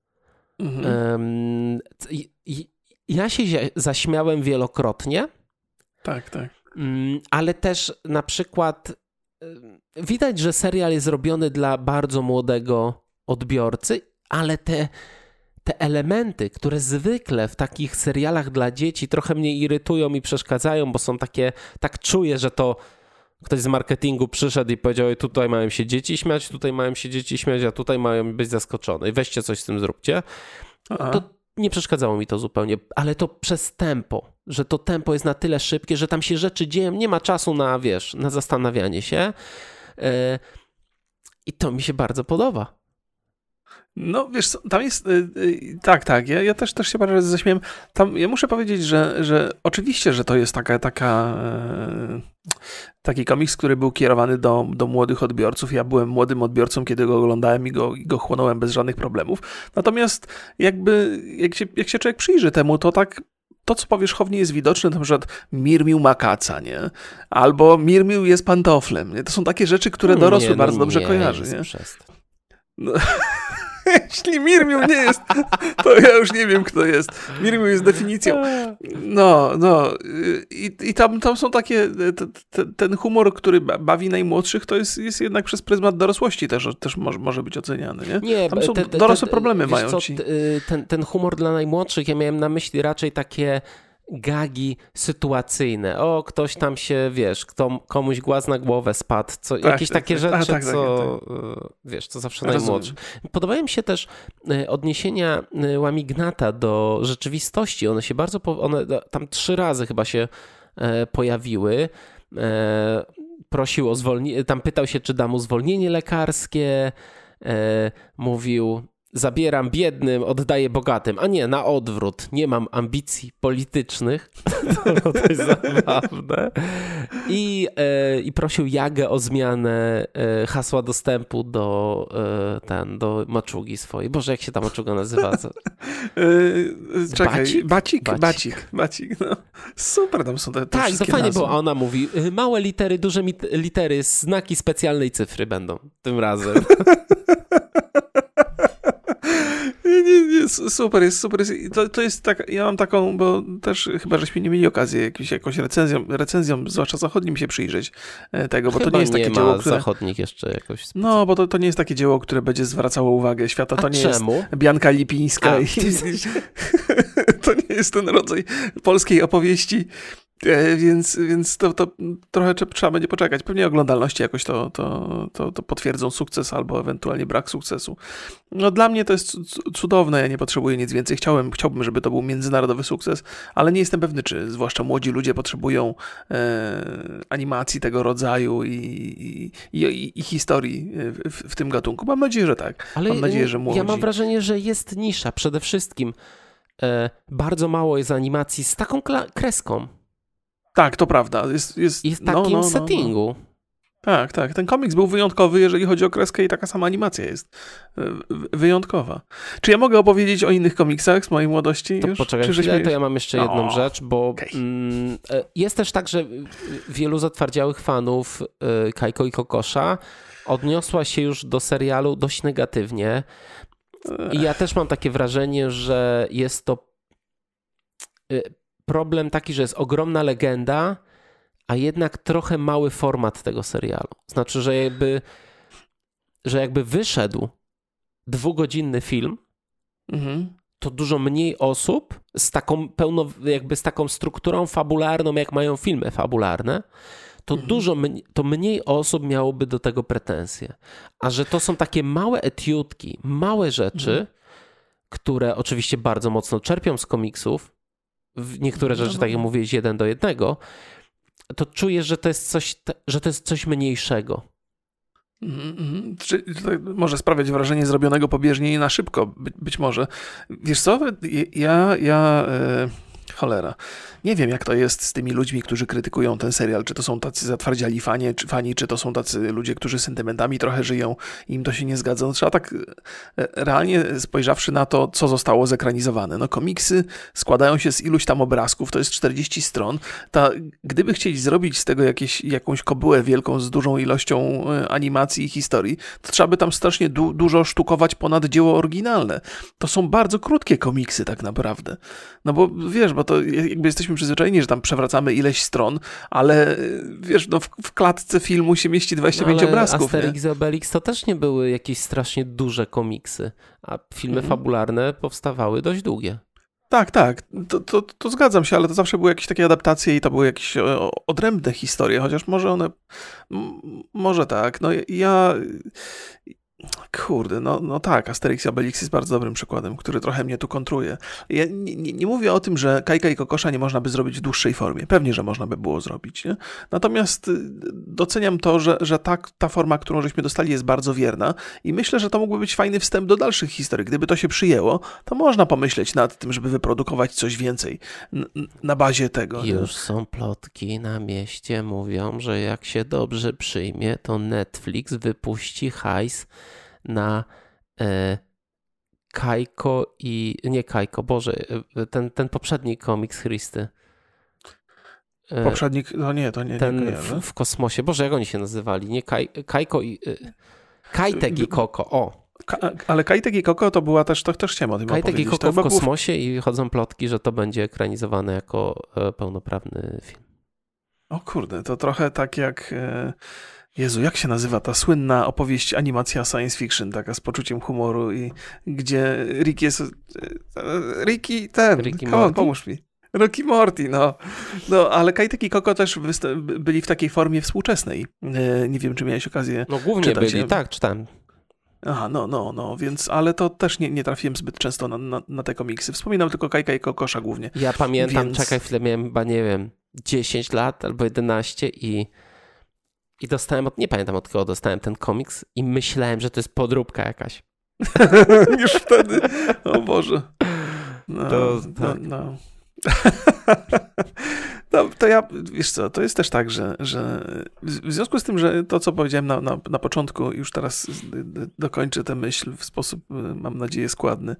Ja się zaśmiałem wielokrotnie. Tak. Ale też na przykład widać, że serial jest robiony dla bardzo młodego odbiorcy, ale te elementy, które zwykle w takich serialach dla dzieci trochę mnie irytują i przeszkadzają, bo są takie, tak czuję, że to ktoś z marketingu przyszedł i powiedział, tutaj mają się dzieci śmiać, tutaj mają się dzieci śmiać, a tutaj mają być zaskoczone. I weźcie coś z tym zróbcie. To nie przeszkadzało mi to zupełnie, ale to przez tempo, że to tempo jest na tyle szybkie, że tam się rzeczy dzieją, nie ma czasu na, na zastanawianie się. I to mi się bardzo podoba. No wiesz, tam jest, tak, ja też się bardzo zaśmiałem. Tam, ja muszę powiedzieć, że oczywiście, że to jest taki komiks, który był kierowany do młodych odbiorców. Ja byłem młodym odbiorcą, kiedy go oglądałem i go chłonąłem bez żadnych problemów. Natomiast jakby, jak się człowiek przyjrzy temu, to tak, to, co powierzchownie jest widoczne, to na przykład Mirmił ma kaca, nie? Albo Mirmił jest pantoflem, nie? To są takie rzeczy, które dorosły bardzo dobrze kojarzy, nie? No. Jeśli Mirmił nie jest, to ja już nie wiem, kto jest. Mirmił jest definicją. No. I tam są takie, ten humor, który bawi najmłodszych, to jest jednak przez pryzmat dorosłości też może być oceniany, nie? Nie, tam są dorosłe problemy mają co, ci. Ten humor dla najmłodszych, ja miałem na myśli raczej takie gagi sytuacyjne. O, ktoś tam się, wiesz, komuś głaz na głowę spadł, jakieś takie rzeczy, wiesz, co zawsze najmłodsze. Podobają mi się też odniesienia Łamignata do rzeczywistości. One się one tam 3 razy chyba się pojawiły. Prosił o zwolnienie, tam pytał się, czy da mu zwolnienie lekarskie. Mówił: zabieram biednym, oddaję bogatym, a nie, na odwrót, nie mam ambicji politycznych. To jest zabawne. I prosił Jagę o zmianę hasła dostępu do maczugi swojej. Boże, jak się ta maczuga nazywa? Czekaj, Bacik. No. Super, tam są te tak, wszystkie to fajnie nazwy. było, a ona mówi, małe litery, duże litery, znaki specjalnej cyfry będą tym razem. Nie, Jest super. To jest tak, ja mam taką, bo też chyba żeśmy nie mieli okazji jakąś recenzją, zwłaszcza zachodnim się przyjrzeć tego, bo chyba to nie jest takie dzieło, które... zachodnich jeszcze jakoś... No, bo to nie jest takie dzieło, które będzie zwracało uwagę świata. To nie czemu? jest Bianka Lipińska. To nie jest ten rodzaj polskiej opowieści. Więc to trochę trzeba będzie poczekać. Pewnie oglądalności jakoś to potwierdzą sukces albo ewentualnie brak sukcesu. No dla mnie to jest cudowne, ja nie potrzebuję nic więcej. Chciałbym, żeby to był międzynarodowy sukces, ale nie jestem pewny, czy zwłaszcza młodzi ludzie potrzebują animacji tego rodzaju i historii w tym gatunku. Mam nadzieję, że tak. Ale mam nadzieję, że młodzi... Ja mam wrażenie, że jest nisza. Przede wszystkim bardzo mało jest animacji z taką kreską. Tak, to prawda. I w takim settingu. Tak. Ten komiks był wyjątkowy, jeżeli chodzi o kreskę i taka sama animacja jest wyjątkowa. Czy ja mogę opowiedzieć o innych komiksach z mojej młodości? To już? poczekaj chwilę, to ja mam jeszcze jedną rzecz, bo okay. Jest też tak, że wielu zatwardziałych fanów Kajko i Kokosza odniosła się już do serialu dość negatywnie. I ja też mam takie wrażenie, że jest to problem taki, że jest ogromna legenda, a jednak trochę mały format tego serialu. Znaczy, że jakby wyszedł 2-godzinny film, to dużo mniej osób z taką z taką strukturą fabularną, jak mają filmy fabularne, to mniej osób miałoby do tego pretensje. A że to są takie małe etiudki, małe rzeczy, które oczywiście bardzo mocno czerpią z komiksów, niektóre rzeczy, tak jak mówiłeś, 1:1, to czujesz, że to jest coś mniejszego. Może sprawiać wrażenie zrobionego pobieżnie i na szybko, być może. Wiesz co, cholera. Nie wiem, jak to jest z tymi ludźmi, którzy krytykują ten serial. Czy to są tacy zatwardziali fani, czy to są tacy ludzie, którzy sentymentami trochę żyją i im to się nie zgadza. No, trzeba tak realnie spojrzawszy na to, co zostało zekranizowane. No komiksy składają się z iluś tam obrazków, to jest 40 stron. Gdyby chcieli zrobić z tego jakąś kobyłę wielką z dużą ilością animacji i historii, to trzeba by tam strasznie dużo sztukować ponad dzieło oryginalne. To są bardzo krótkie komiksy tak naprawdę. No bo wiesz, bo to jakby jesteśmy przyzwyczajeni, że tam przewracamy ileś stron, ale wiesz, no w klatce filmu się mieści 25 obrazków. Asterix i Obelix to też nie były jakieś strasznie duże komiksy, a filmy fabularne powstawały dość długie. Tak, to zgadzam się, ale to zawsze były jakieś takie adaptacje i to były jakieś odrębne historie, chociaż może one, może tak, no kurde, no tak, Asterix i Obelix jest bardzo dobrym przykładem, który trochę mnie tu kontruje. Ja nie mówię o tym, że Kajka i Kokosza nie można by zrobić w dłuższej formie. Pewnie, że można by było zrobić, nie? Natomiast doceniam to, że ta forma, którą żeśmy dostali, jest bardzo wierna i myślę, że to mógłby być fajny wstęp do dalszych historii. Gdyby to się przyjęło, to można pomyśleć nad tym, żeby wyprodukować coś więcej na bazie tego. Już są plotki na mieście, mówią, że jak się dobrze przyjmie, to Netflix wypuści hajs na Kajko i... Nie Kajko, Boże, ten poprzedni komiks Christy. Poprzednik, nie ten w kosmosie. Boże, jak oni się nazywali? Nie Kajko i... Kajtek i Koko, o. Ale Kajtek i Koko to była też, to też chciałem o tym Kajtek opowiedzieć. Kajtek i Koko w kosmosie i chodzą plotki, że to będzie ekranizowane jako pełnoprawny film. O kurde, to trochę tak jak... Jezu, jak się nazywa ta słynna opowieść, animacja science fiction, taka z poczuciem humoru i gdzie Rick jest... Ricky pomóż mi. Ricky Morty, no, ale Kajtek i Koko też byli w takiej formie współczesnej. Nie wiem, czy miałeś okazję No głównie czytać. byli, tak, czytałem. Aha, no, więc, ale to też nie trafiłem zbyt często na te komiksy. Wspominam tylko Kajka i Kokosza głównie. Ja pamiętam, czekaj chwilę, miałem chyba, nie wiem, 10 lat albo 11 i dostałem, nie pamiętam od kogo dostałem ten komiks i myślałem, że to jest podróbka jakaś. Już wtedy, o Boże. No. No, to ja, wiesz co, to jest też tak, że w związku z tym, że to, co powiedziałem na początku, już teraz dokończę tę myśl w sposób, mam nadzieję, składny,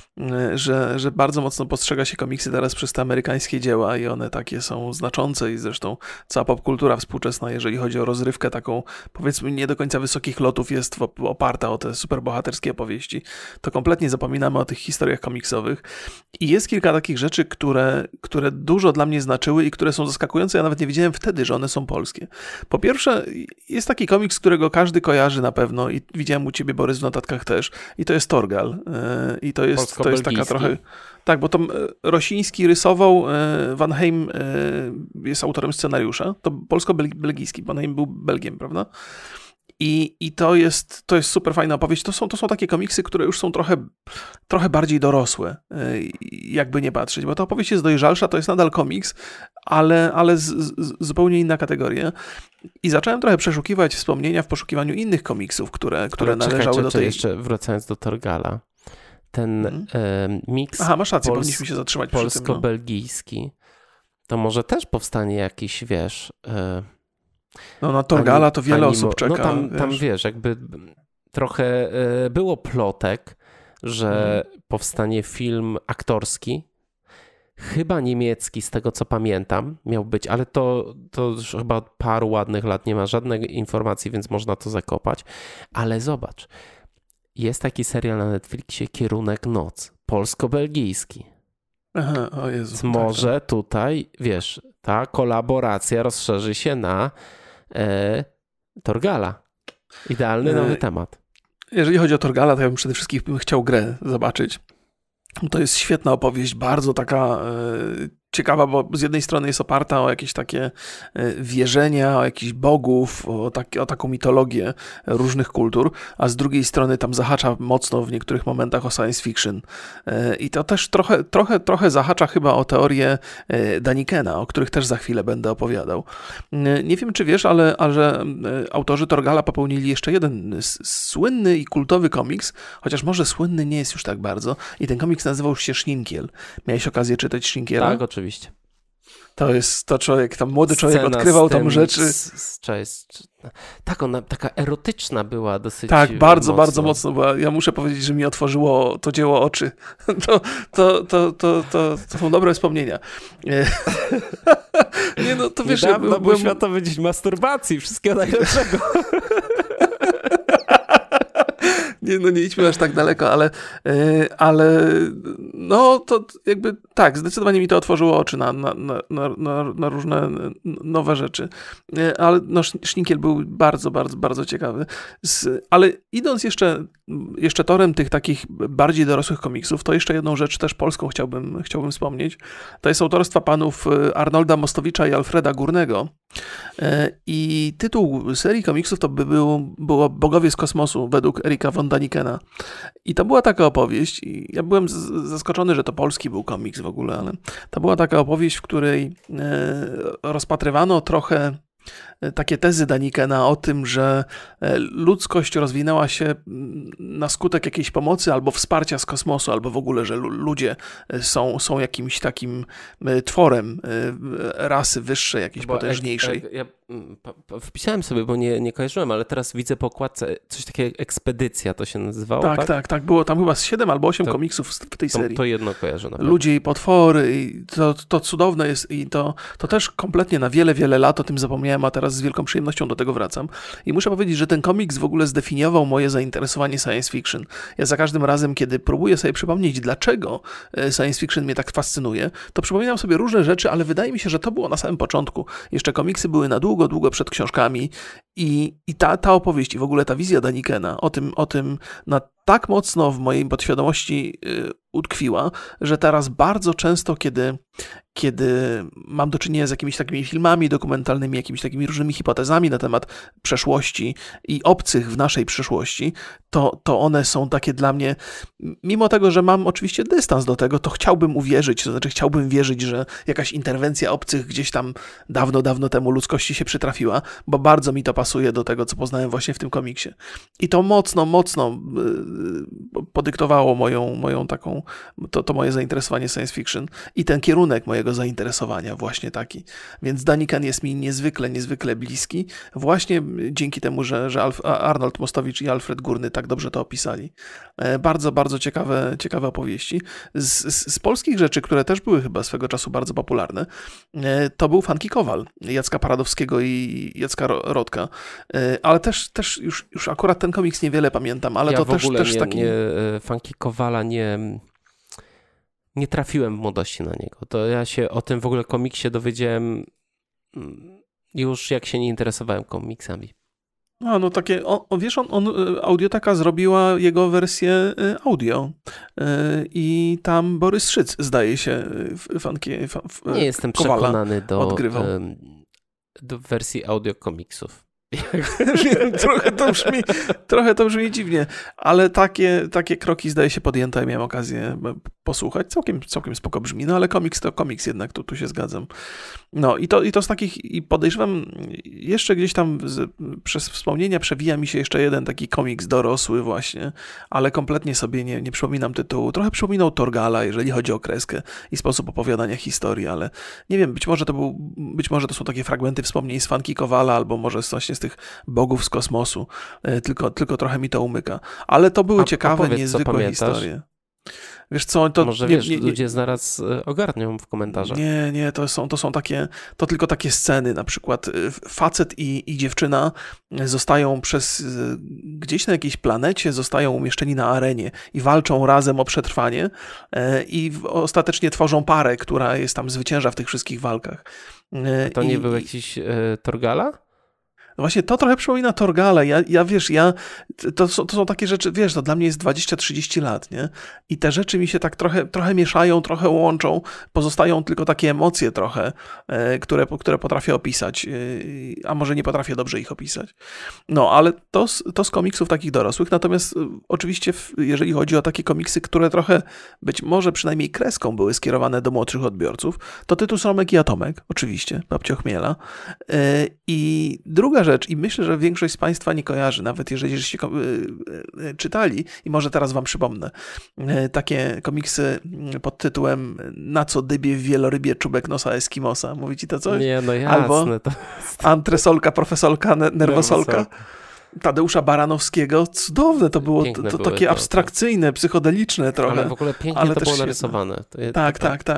że bardzo mocno postrzega się komiksy teraz przez te amerykańskie dzieła i one takie są znaczące i zresztą cała popkultura współczesna, jeżeli chodzi o rozrywkę taką, powiedzmy, nie do końca wysokich lotów jest oparta o te superbohaterskie opowieści, to kompletnie zapominamy o tych historiach komiksowych i jest kilka takich rzeczy, które dużo dla mnie znaczyły i które są zaskakujące. Ja nawet nie wiedziałem wtedy, że one są polskie. Po pierwsze, jest taki komiks, którego każdy kojarzy na pewno i widziałem u ciebie, Borys, w notatkach też i to jest Torgal. I to jest taka trochę... Tak, bo to Rosiński rysował, Van Heym jest autorem scenariusza, to polsko-belgijski, Van Heym był Belgiem, prawda? I to jest super fajna opowieść. To są takie komiksy, które już są trochę bardziej dorosłe, jakby nie patrzeć, bo ta opowieść jest dojrzalsza, to jest nadal komiks, ale zupełnie inna kategoria. I zacząłem trochę przeszukiwać wspomnienia w poszukiwaniu innych komiksów, które należały do tej... Jeszcze wracając do Torgala. Ten miks masz rację, powinniśmy się zatrzymać polsko-belgijski, to może też powstanie jakiś, wiesz... No na Torgala to wiele osób czeka. No tam wiesz, jakby trochę było plotek, że powstanie film aktorski, chyba niemiecki, z tego co pamiętam, miał być, ale to już chyba od paru ładnych lat nie ma żadnej informacji, więc można to zakopać. Ale zobacz, jest taki serial na Netflixie Kierunek Noc, polsko-belgijski. Aha, o Jezu. Więc może tutaj, wiesz, ta kolaboracja rozszerzy się na Torgala. Idealny nowy temat. Jeżeli chodzi o Torgala, to ja bym przede wszystkim chciał grę zobaczyć. To jest świetna opowieść, bardzo taka ciekawa, bo z jednej strony jest oparta o jakieś takie wierzenia, o jakichś bogów, o taką mitologię różnych kultur, a z drugiej strony tam zahacza mocno w niektórych momentach o science fiction. I to też trochę zahacza chyba o teorie Danikena, o których też za chwilę będę opowiadał. Nie wiem, czy wiesz, ale że autorzy Torgala popełnili jeszcze jeden słynny i kultowy komiks, chociaż może słynny nie jest już tak bardzo, i ten komiks nazywał się Szninkiel. Miałeś okazję czytać Szninkiela? Tak, oczywiście. To jest to człowiek, tam młody człowiek odkrywał tam rzeczy. Taka erotyczna była dosyć. Tak, bardzo, mocno. Bardzo mocno była. Ja muszę powiedzieć, że mi otworzyło to dzieło oczy. To są dobre wspomnienia. Nie, no to wiesz, był Światowy Dzień Masturbacji. Wszystkiego najlepszego. Nie idźmy aż tak daleko, ale no to jakby tak, zdecydowanie mi to otworzyło oczy na różne nowe rzeczy. Ale no, Szninkiel był bardzo, bardzo, bardzo ciekawy. Ale idąc jeszcze torem tych takich bardziej dorosłych komiksów, to jeszcze jedną rzecz też polską chciałbym wspomnieć. To jest autorstwa panów Arnolda Mostowicza i Alfreda Górnego. I tytuł serii komiksów to było Bogowie z kosmosu według Erika von Danikena. I to była taka opowieść, i ja byłem zaskoczony, że to polski był komiks w ogóle, ale to była taka opowieść, w której rozpatrywano trochę takie tezy Danikena o tym, że ludzkość rozwinęła się na skutek jakiejś pomocy albo wsparcia z kosmosu, albo w ogóle, że ludzie są jakimś takim tworem rasy wyższej, jakiejś potężniejszej. Ja wpisałem sobie, bo nie kojarzyłem, ale teraz widzę po okładce coś takiego, Ekspedycja to się nazywało, tak. Było tam chyba 7 albo 8 komiksów w tej serii. To jedno kojarzę. Ludzie i potwory, i to cudowne jest i to też kompletnie na wiele, wiele lat o tym zapomniałem, a teraz z wielką przyjemnością do tego wracam. I muszę powiedzieć, że ten komiks w ogóle zdefiniował moje zainteresowanie science fiction. Ja za każdym razem, kiedy próbuję sobie przypomnieć, dlaczego science fiction mnie tak fascynuje, to przypominam sobie różne rzeczy, ale wydaje mi się, że to było na samym początku. Jeszcze komiksy były na długo przed książkami i ta opowieść i w ogóle ta wizja Danikena o tym na tak mocno w mojej podświadomości utkwiła, że teraz bardzo często, kiedy mam do czynienia z jakimiś takimi filmami dokumentalnymi, jakimiś takimi różnymi hipotezami na temat przeszłości i obcych w naszej przyszłości, to one są takie dla mnie, mimo tego, że mam oczywiście dystans do tego, to chciałbym uwierzyć, to znaczy chciałbym wierzyć, że jakaś interwencja obcych gdzieś tam dawno temu ludzkości się przytrafiła, bo bardzo mi to pasuje do tego, co poznałem właśnie w tym komiksie. I to mocno podyktowało moją taką to moje zainteresowanie science fiction i ten kierunek mojego zainteresowania właśnie taki. Więc Daniken jest mi niezwykle bliski, właśnie dzięki temu, że Arnold Mostowicz i Alfred Górny tak dobrze to opisali. Bardzo, bardzo ciekawe opowieści. Z polskich rzeczy, które też były chyba swego czasu bardzo popularne, to był Funky Kowal Jacka Paradowskiego i Jacka Rodka. Ale też już akurat ten komiks niewiele pamiętam, ale ja to w ogóle też taki... Funky Kowala nie trafiłem w młodości na niego. To ja się o tym w ogóle komiksie dowiedziałem już jak się nie interesowałem komiksami. No takie, wiesz, Audioteka zrobiła jego wersję audio i tam Borys Szyc, zdaje się, nie jestem Kowala przekonany do wersji audio komiksów. trochę to brzmi dziwnie, ale takie kroki zdaje się podjęte, miałem okazję posłuchać, całkiem spoko brzmi, no ale komiks to komiks jednak, tu się zgadzam. No i to z takich, i podejrzewam, jeszcze gdzieś tam przez wspomnienia przewija mi się jeszcze jeden taki komiks dorosły właśnie, ale kompletnie sobie nie przypominam tytułu. Trochę przypominał Torgala, jeżeli chodzi o kreskę i sposób opowiadania historii, ale nie wiem, być może to są takie fragmenty wspomnień z Funky Kowala, albo może właśnie z tych bogów z kosmosu, tylko trochę mi to umyka. Ale to były ciekawe, niezwykłe historie. Wiesz co, to... Może ludzie zaraz ogarnią w komentarzach. Nie, to są takie, to tylko takie sceny, na przykład facet i dziewczyna zostają gdzieś na jakiejś planecie, zostają umieszczeni na arenie i walczą razem o przetrwanie i ostatecznie tworzą parę, która jest tam, zwycięża w tych wszystkich walkach. To nie był jakiś Torgala? Właśnie to trochę przypomina Torgala. To są takie rzeczy, wiesz, to dla mnie jest 20-30 lat, nie? I te rzeczy mi się tak trochę mieszają, trochę łączą, pozostają tylko takie emocje trochę, które potrafię opisać, a może nie potrafię dobrze ich opisać. No, ale to z komiksów takich dorosłych, natomiast oczywiście jeżeli chodzi o takie komiksy, które trochę, być może przynajmniej kreską były skierowane do młodszych odbiorców, to Tytus, Romek i Atomek, oczywiście, Babcia Chmiela. I druga rzecz, i myślę, że większość z Państwa nie kojarzy, nawet jeżeli żeście czytali, i może teraz Wam przypomnę, takie komiksy pod tytułem Na co dybie w wielorybie czubek nosa Eskimosa. Mówi Ci to coś? Nie, no jasne. Albo Antresolka, Profesolka, Nerwosolka. Tadeusza Baranowskiego. Cudowne to było, to takie abstrakcyjne, psychodeliczne trochę. Ale w ogóle pięknie to było narysowane. Tak.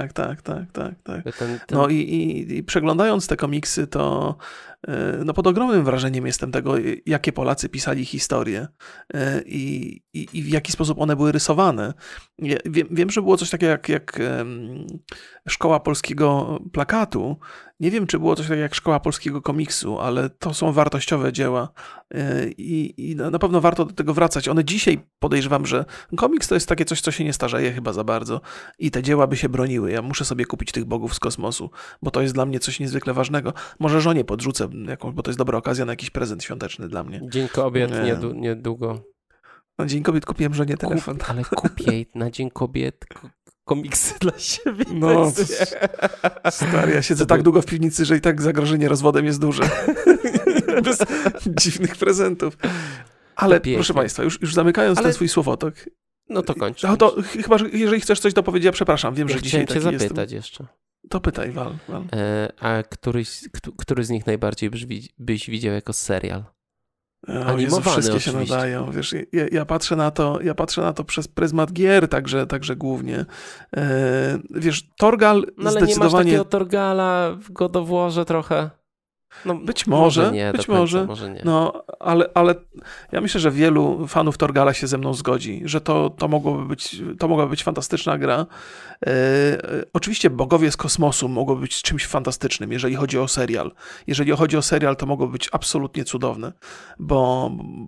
No i przeglądając te komiksy, to pod ogromnym wrażeniem jestem tego, jakie Polacy pisali historie i w jaki sposób one były rysowane. Wiem, że było coś takiego jak Szkoła Polskiego Plakatu. Nie wiem, czy było coś takiego jak Szkoła Polskiego Komiksu, ale to są wartościowe dzieła i na pewno warto do tego wracać. One dzisiaj, podejrzewam, że komiks to jest takie coś, co się nie starzeje chyba za bardzo i te dzieła by się broniły. Ja muszę sobie kupić tych bogów z kosmosu, bo to jest dla mnie coś niezwykle ważnego. Może żonie podrzucę jakąś, bo to jest dobra okazja na jakiś prezent świąteczny dla mnie. Dzień Kobiet niedługo. Na Dzień Kobiet kupiłem żonie telefon. Ale kup jej na Dzień Kobiet komiksy dla siebie. No, stary, ja siedzę tak długo w piwnicy, że i tak zagrożenie rozwodem jest duże. Bez dziwnych prezentów. Ale proszę Państwa, już zamykając ten swój słowotok. No to kończ. To chyba, że jeżeli chcesz coś dopowiedzieć, ja przepraszam, wiem, że dzisiaj taki jestem. Chciałem cię zapytać jeszcze. To pytaj, Wal. A który z nich najbardziej byś widział jako serial? Animowany wszystkie oczywiście. Się nadają. Wiesz, ja patrzę na to przez pryzmat gier, także głównie. Wiesz, Torgal no, ale zdecydowanie... nie masz takiego Torgala w God of Warze trochę? No, być może, nie, może nie. No, ale ja myślę, że wielu fanów Torgala się ze mną zgodzi, że to mogłaby być fantastyczna gra. Oczywiście bogowie z kosmosu mogą być czymś fantastycznym, jeżeli chodzi o serial. Jeżeli chodzi o serial, to mogło być absolutnie cudowne, bo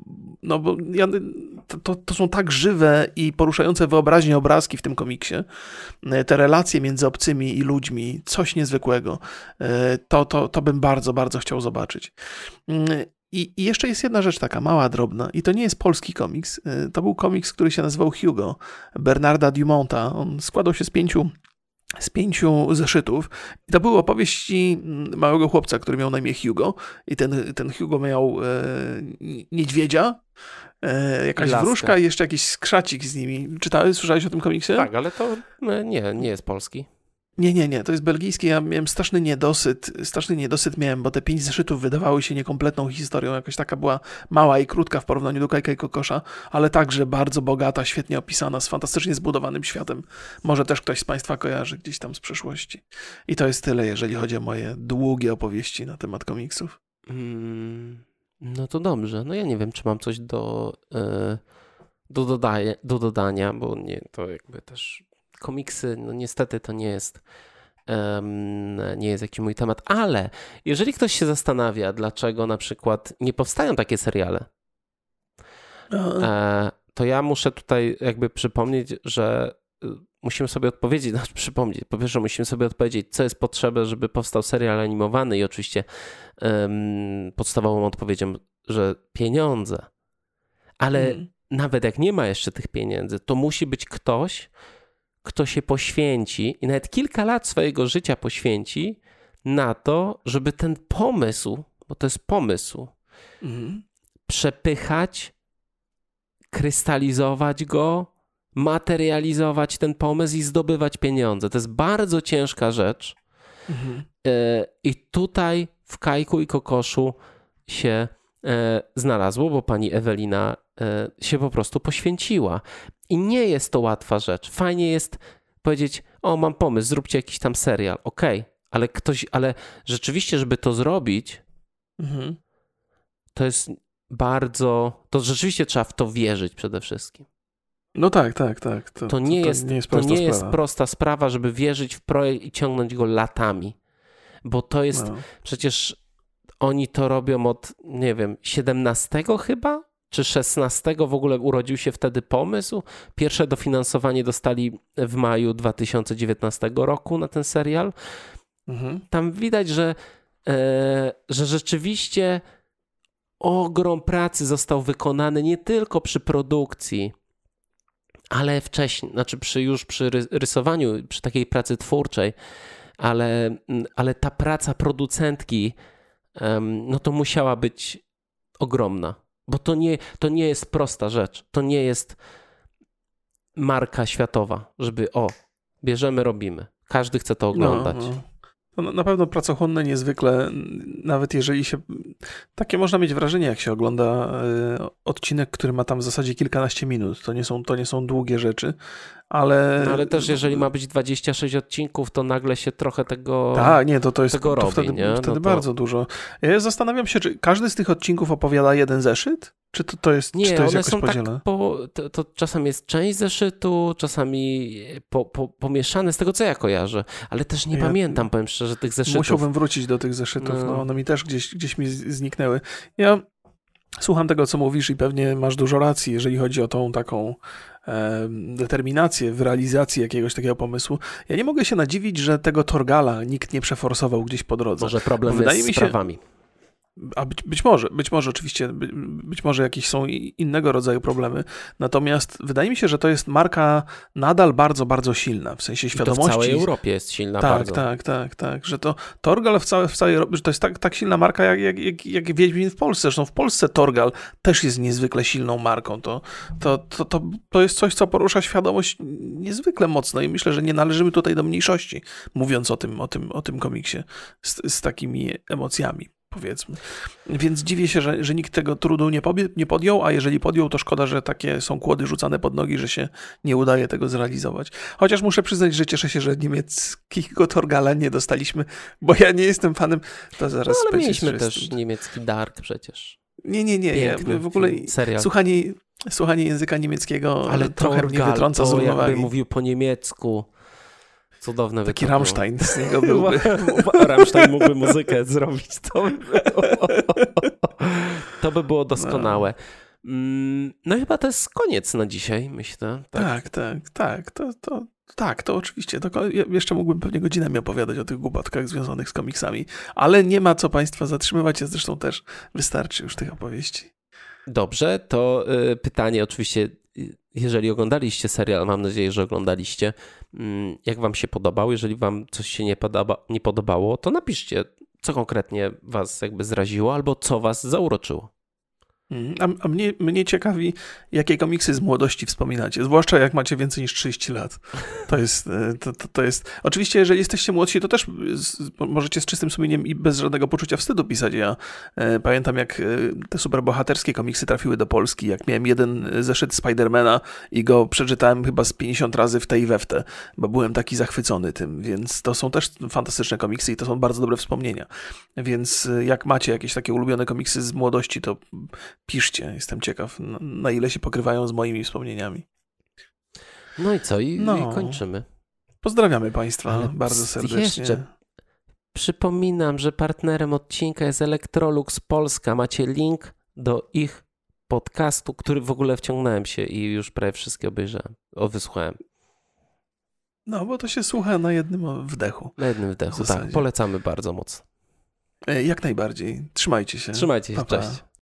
to są tak żywe i poruszające wyobraźnię obrazki w tym komiksie. Te relacje między obcymi i ludźmi, coś niezwykłego. To bym bardzo, bardzo chciał zobaczyć. I jeszcze jest jedna rzecz taka mała, drobna i to nie jest polski komiks. To był komiks, który się nazywał Hugo, Bernarda Dumonta. On składał się z 5 z 5 zeszytów. I to były opowieści małego chłopca, który miał na imię Hugo. I ten Hugo miał niedźwiedzia, jakaś Laskę. wróżka i jeszcze jakiś skrzacik z nimi. Słyszałeś o tym komiksie? Tak, ale to nie jest polski. Nie, to jest belgijski. Ja miałem straszny niedosyt miałem, bo te 5 zeszytów wydawały się niekompletną historią. Jakoś taka była mała i krótka w porównaniu do Kajka i Kokosza, ale także bardzo bogata, świetnie opisana, z fantastycznie zbudowanym światem. Może też ktoś z Państwa kojarzy gdzieś tam z przeszłości. I to jest tyle, jeżeli chodzi o moje długie opowieści na temat komiksów. No to dobrze. No ja nie wiem, czy mam coś do dodania, bo to jakby też komiksy, no niestety to nie jest jakiś mój temat, ale jeżeli ktoś się zastanawia, dlaczego na przykład nie powstają takie seriale, to ja muszę tutaj jakby przypomnieć, że musimy sobie odpowiedzieć, po pierwsze musimy sobie odpowiedzieć, co jest potrzebne, żeby powstał serial animowany i oczywiście podstawową odpowiedzią, że pieniądze, ale nawet jak nie ma jeszcze tych pieniędzy, to musi być ktoś, kto się poświęci i nawet kilka lat swojego życia poświęci na to, żeby ten pomysł, bo to jest pomysł, przepychać, krystalizować go, materializować ten pomysł i zdobywać pieniądze. To jest bardzo ciężka rzecz. I tutaj w Kajku i Kokoszu się znalazło, bo pani Ewelina się po prostu poświęciła. I nie jest to łatwa rzecz. Fajnie jest powiedzieć, mam pomysł, zróbcie jakiś tam serial. Okej, ale rzeczywiście, żeby to zrobić, to jest to rzeczywiście trzeba w to wierzyć przede wszystkim. No tak. To nie jest prosta sprawa, żeby wierzyć w projekt i ciągnąć go latami. Bo to jest, przecież oni to robią od, nie wiem, 17 chyba? Czy 16 w ogóle urodził się wtedy pomysł? Pierwsze dofinansowanie dostali w maju 2019 roku na ten serial. Tam widać, że rzeczywiście ogrom pracy został wykonany nie tylko przy produkcji, ale wcześniej, znaczy przy rysowaniu, przy takiej pracy twórczej, ale ta praca producentki, no to musiała być ogromna. Bo to nie jest prosta rzecz. To nie jest marka światowa, żeby bierzemy, robimy. Każdy chce to oglądać. No, na pewno pracochłonne niezwykle, nawet jeżeli się... Takie można mieć wrażenie, jak się ogląda odcinek, który ma tam w zasadzie kilkanaście minut. To nie są długie rzeczy, ale... No, ale też jeżeli ma być 26 odcinków, to nagle się trochę tego Tak, nie, to jest tego robi, wtedy, nie? Wtedy bardzo dużo. Ja zastanawiam się, czy każdy z tych odcinków opowiada jeden zeszyt? Czy to jest, nie, czy to jest one jakoś są podzielone? tak to czasami jest część zeszytu, czasami pomieszane z tego, co ja kojarzę, ale też nie pamiętam, powiem szczerze, tych zeszytów. Musiałbym wrócić do tych zeszytów, one mi też gdzieś mi zniknęły. Ja słucham tego, co mówisz i pewnie masz dużo racji, jeżeli chodzi o tą taką determinację w realizacji jakiegoś takiego pomysłu. Ja nie mogę się nadziwić, że tego Torgala nikt nie przeforsował gdzieś po drodze. Może problem jest z prawami. A być może oczywiście, być może jakieś są innego rodzaju problemy. Natomiast wydaje mi się, że to jest marka nadal bardzo, bardzo silna, w sensie świadomości. I to w całej Europie jest silna bardzo. Tak, że to Torgal w całej Europie, że to jest tak silna marka jak Wiedźmin w Polsce. Zresztą w Polsce Torgal też jest niezwykle silną marką. To jest coś, co porusza świadomość niezwykle mocno i myślę, że nie należymy tutaj do mniejszości, mówiąc o tym komiksie z takimi emocjami, powiedzmy. Więc dziwię się, że nikt tego trudu nie podjął, a jeżeli podjął, to szkoda, że takie są kłody rzucane pod nogi, że się nie udaje tego zrealizować. Chociaż muszę przyznać, że cieszę się, że niemieckiego Torgala nie dostaliśmy, bo ja nie jestem fanem. To zaraz ale mieliśmy też niemiecki Dark przecież. Nie. Piękny w ogóle serial. Słuchanie języka niemieckiego ale trochę mnie wytrąca z równowagi. Jakby mówił po niemiecku. Cudowne. Taki Rammstein z niego byłby. Rammstein mógłby muzykę zrobić. To by było doskonałe. No chyba to jest koniec na dzisiaj, myślę. Tak, to oczywiście. Jeszcze mógłbym pewnie godzinami opowiadać o tych głupotkach związanych z komiksami, ale nie ma co Państwa zatrzymywać, ja zresztą też wystarczy już tych opowieści. Dobrze, to pytanie oczywiście jeżeli oglądaliście serial, mam nadzieję, że oglądaliście, jak wam się podobał. Jeżeli wam coś się nie podobało, to napiszcie, co konkretnie was jakby zraziło albo co was zauroczyło. A mnie ciekawi, jakie komiksy z młodości wspominacie, zwłaszcza jak macie więcej niż 30 lat. To jest... Oczywiście, jeżeli jesteście młodsi, to też możecie z czystym sumieniem i bez żadnego poczucia wstydu pisać. Ja pamiętam, jak te superbohaterskie komiksy trafiły do Polski, jak miałem jeden zeszyt Spidermana i go przeczytałem chyba z 50 razy w te i we w te, bo byłem taki zachwycony tym, więc to są też fantastyczne komiksy i to są bardzo dobre wspomnienia. Więc jak macie jakieś takie ulubione komiksy z młodości, to piszcie, jestem ciekaw, na ile się pokrywają z moimi wspomnieniami. No i co? I kończymy. Pozdrawiamy Państwa bardzo serdecznie. Jeszcze przypominam, że partnerem odcinka jest Electrolux Polska. Macie link do ich podcastu, który w ogóle wciągnąłem się i już prawie wszystkie obejrzałem. Wysłuchałem. No, bo to się słucha na jednym wdechu. Na jednym wdechu, tak. Polecamy bardzo mocno. Jak najbardziej. Trzymajcie się. Trzymajcie się, cześć.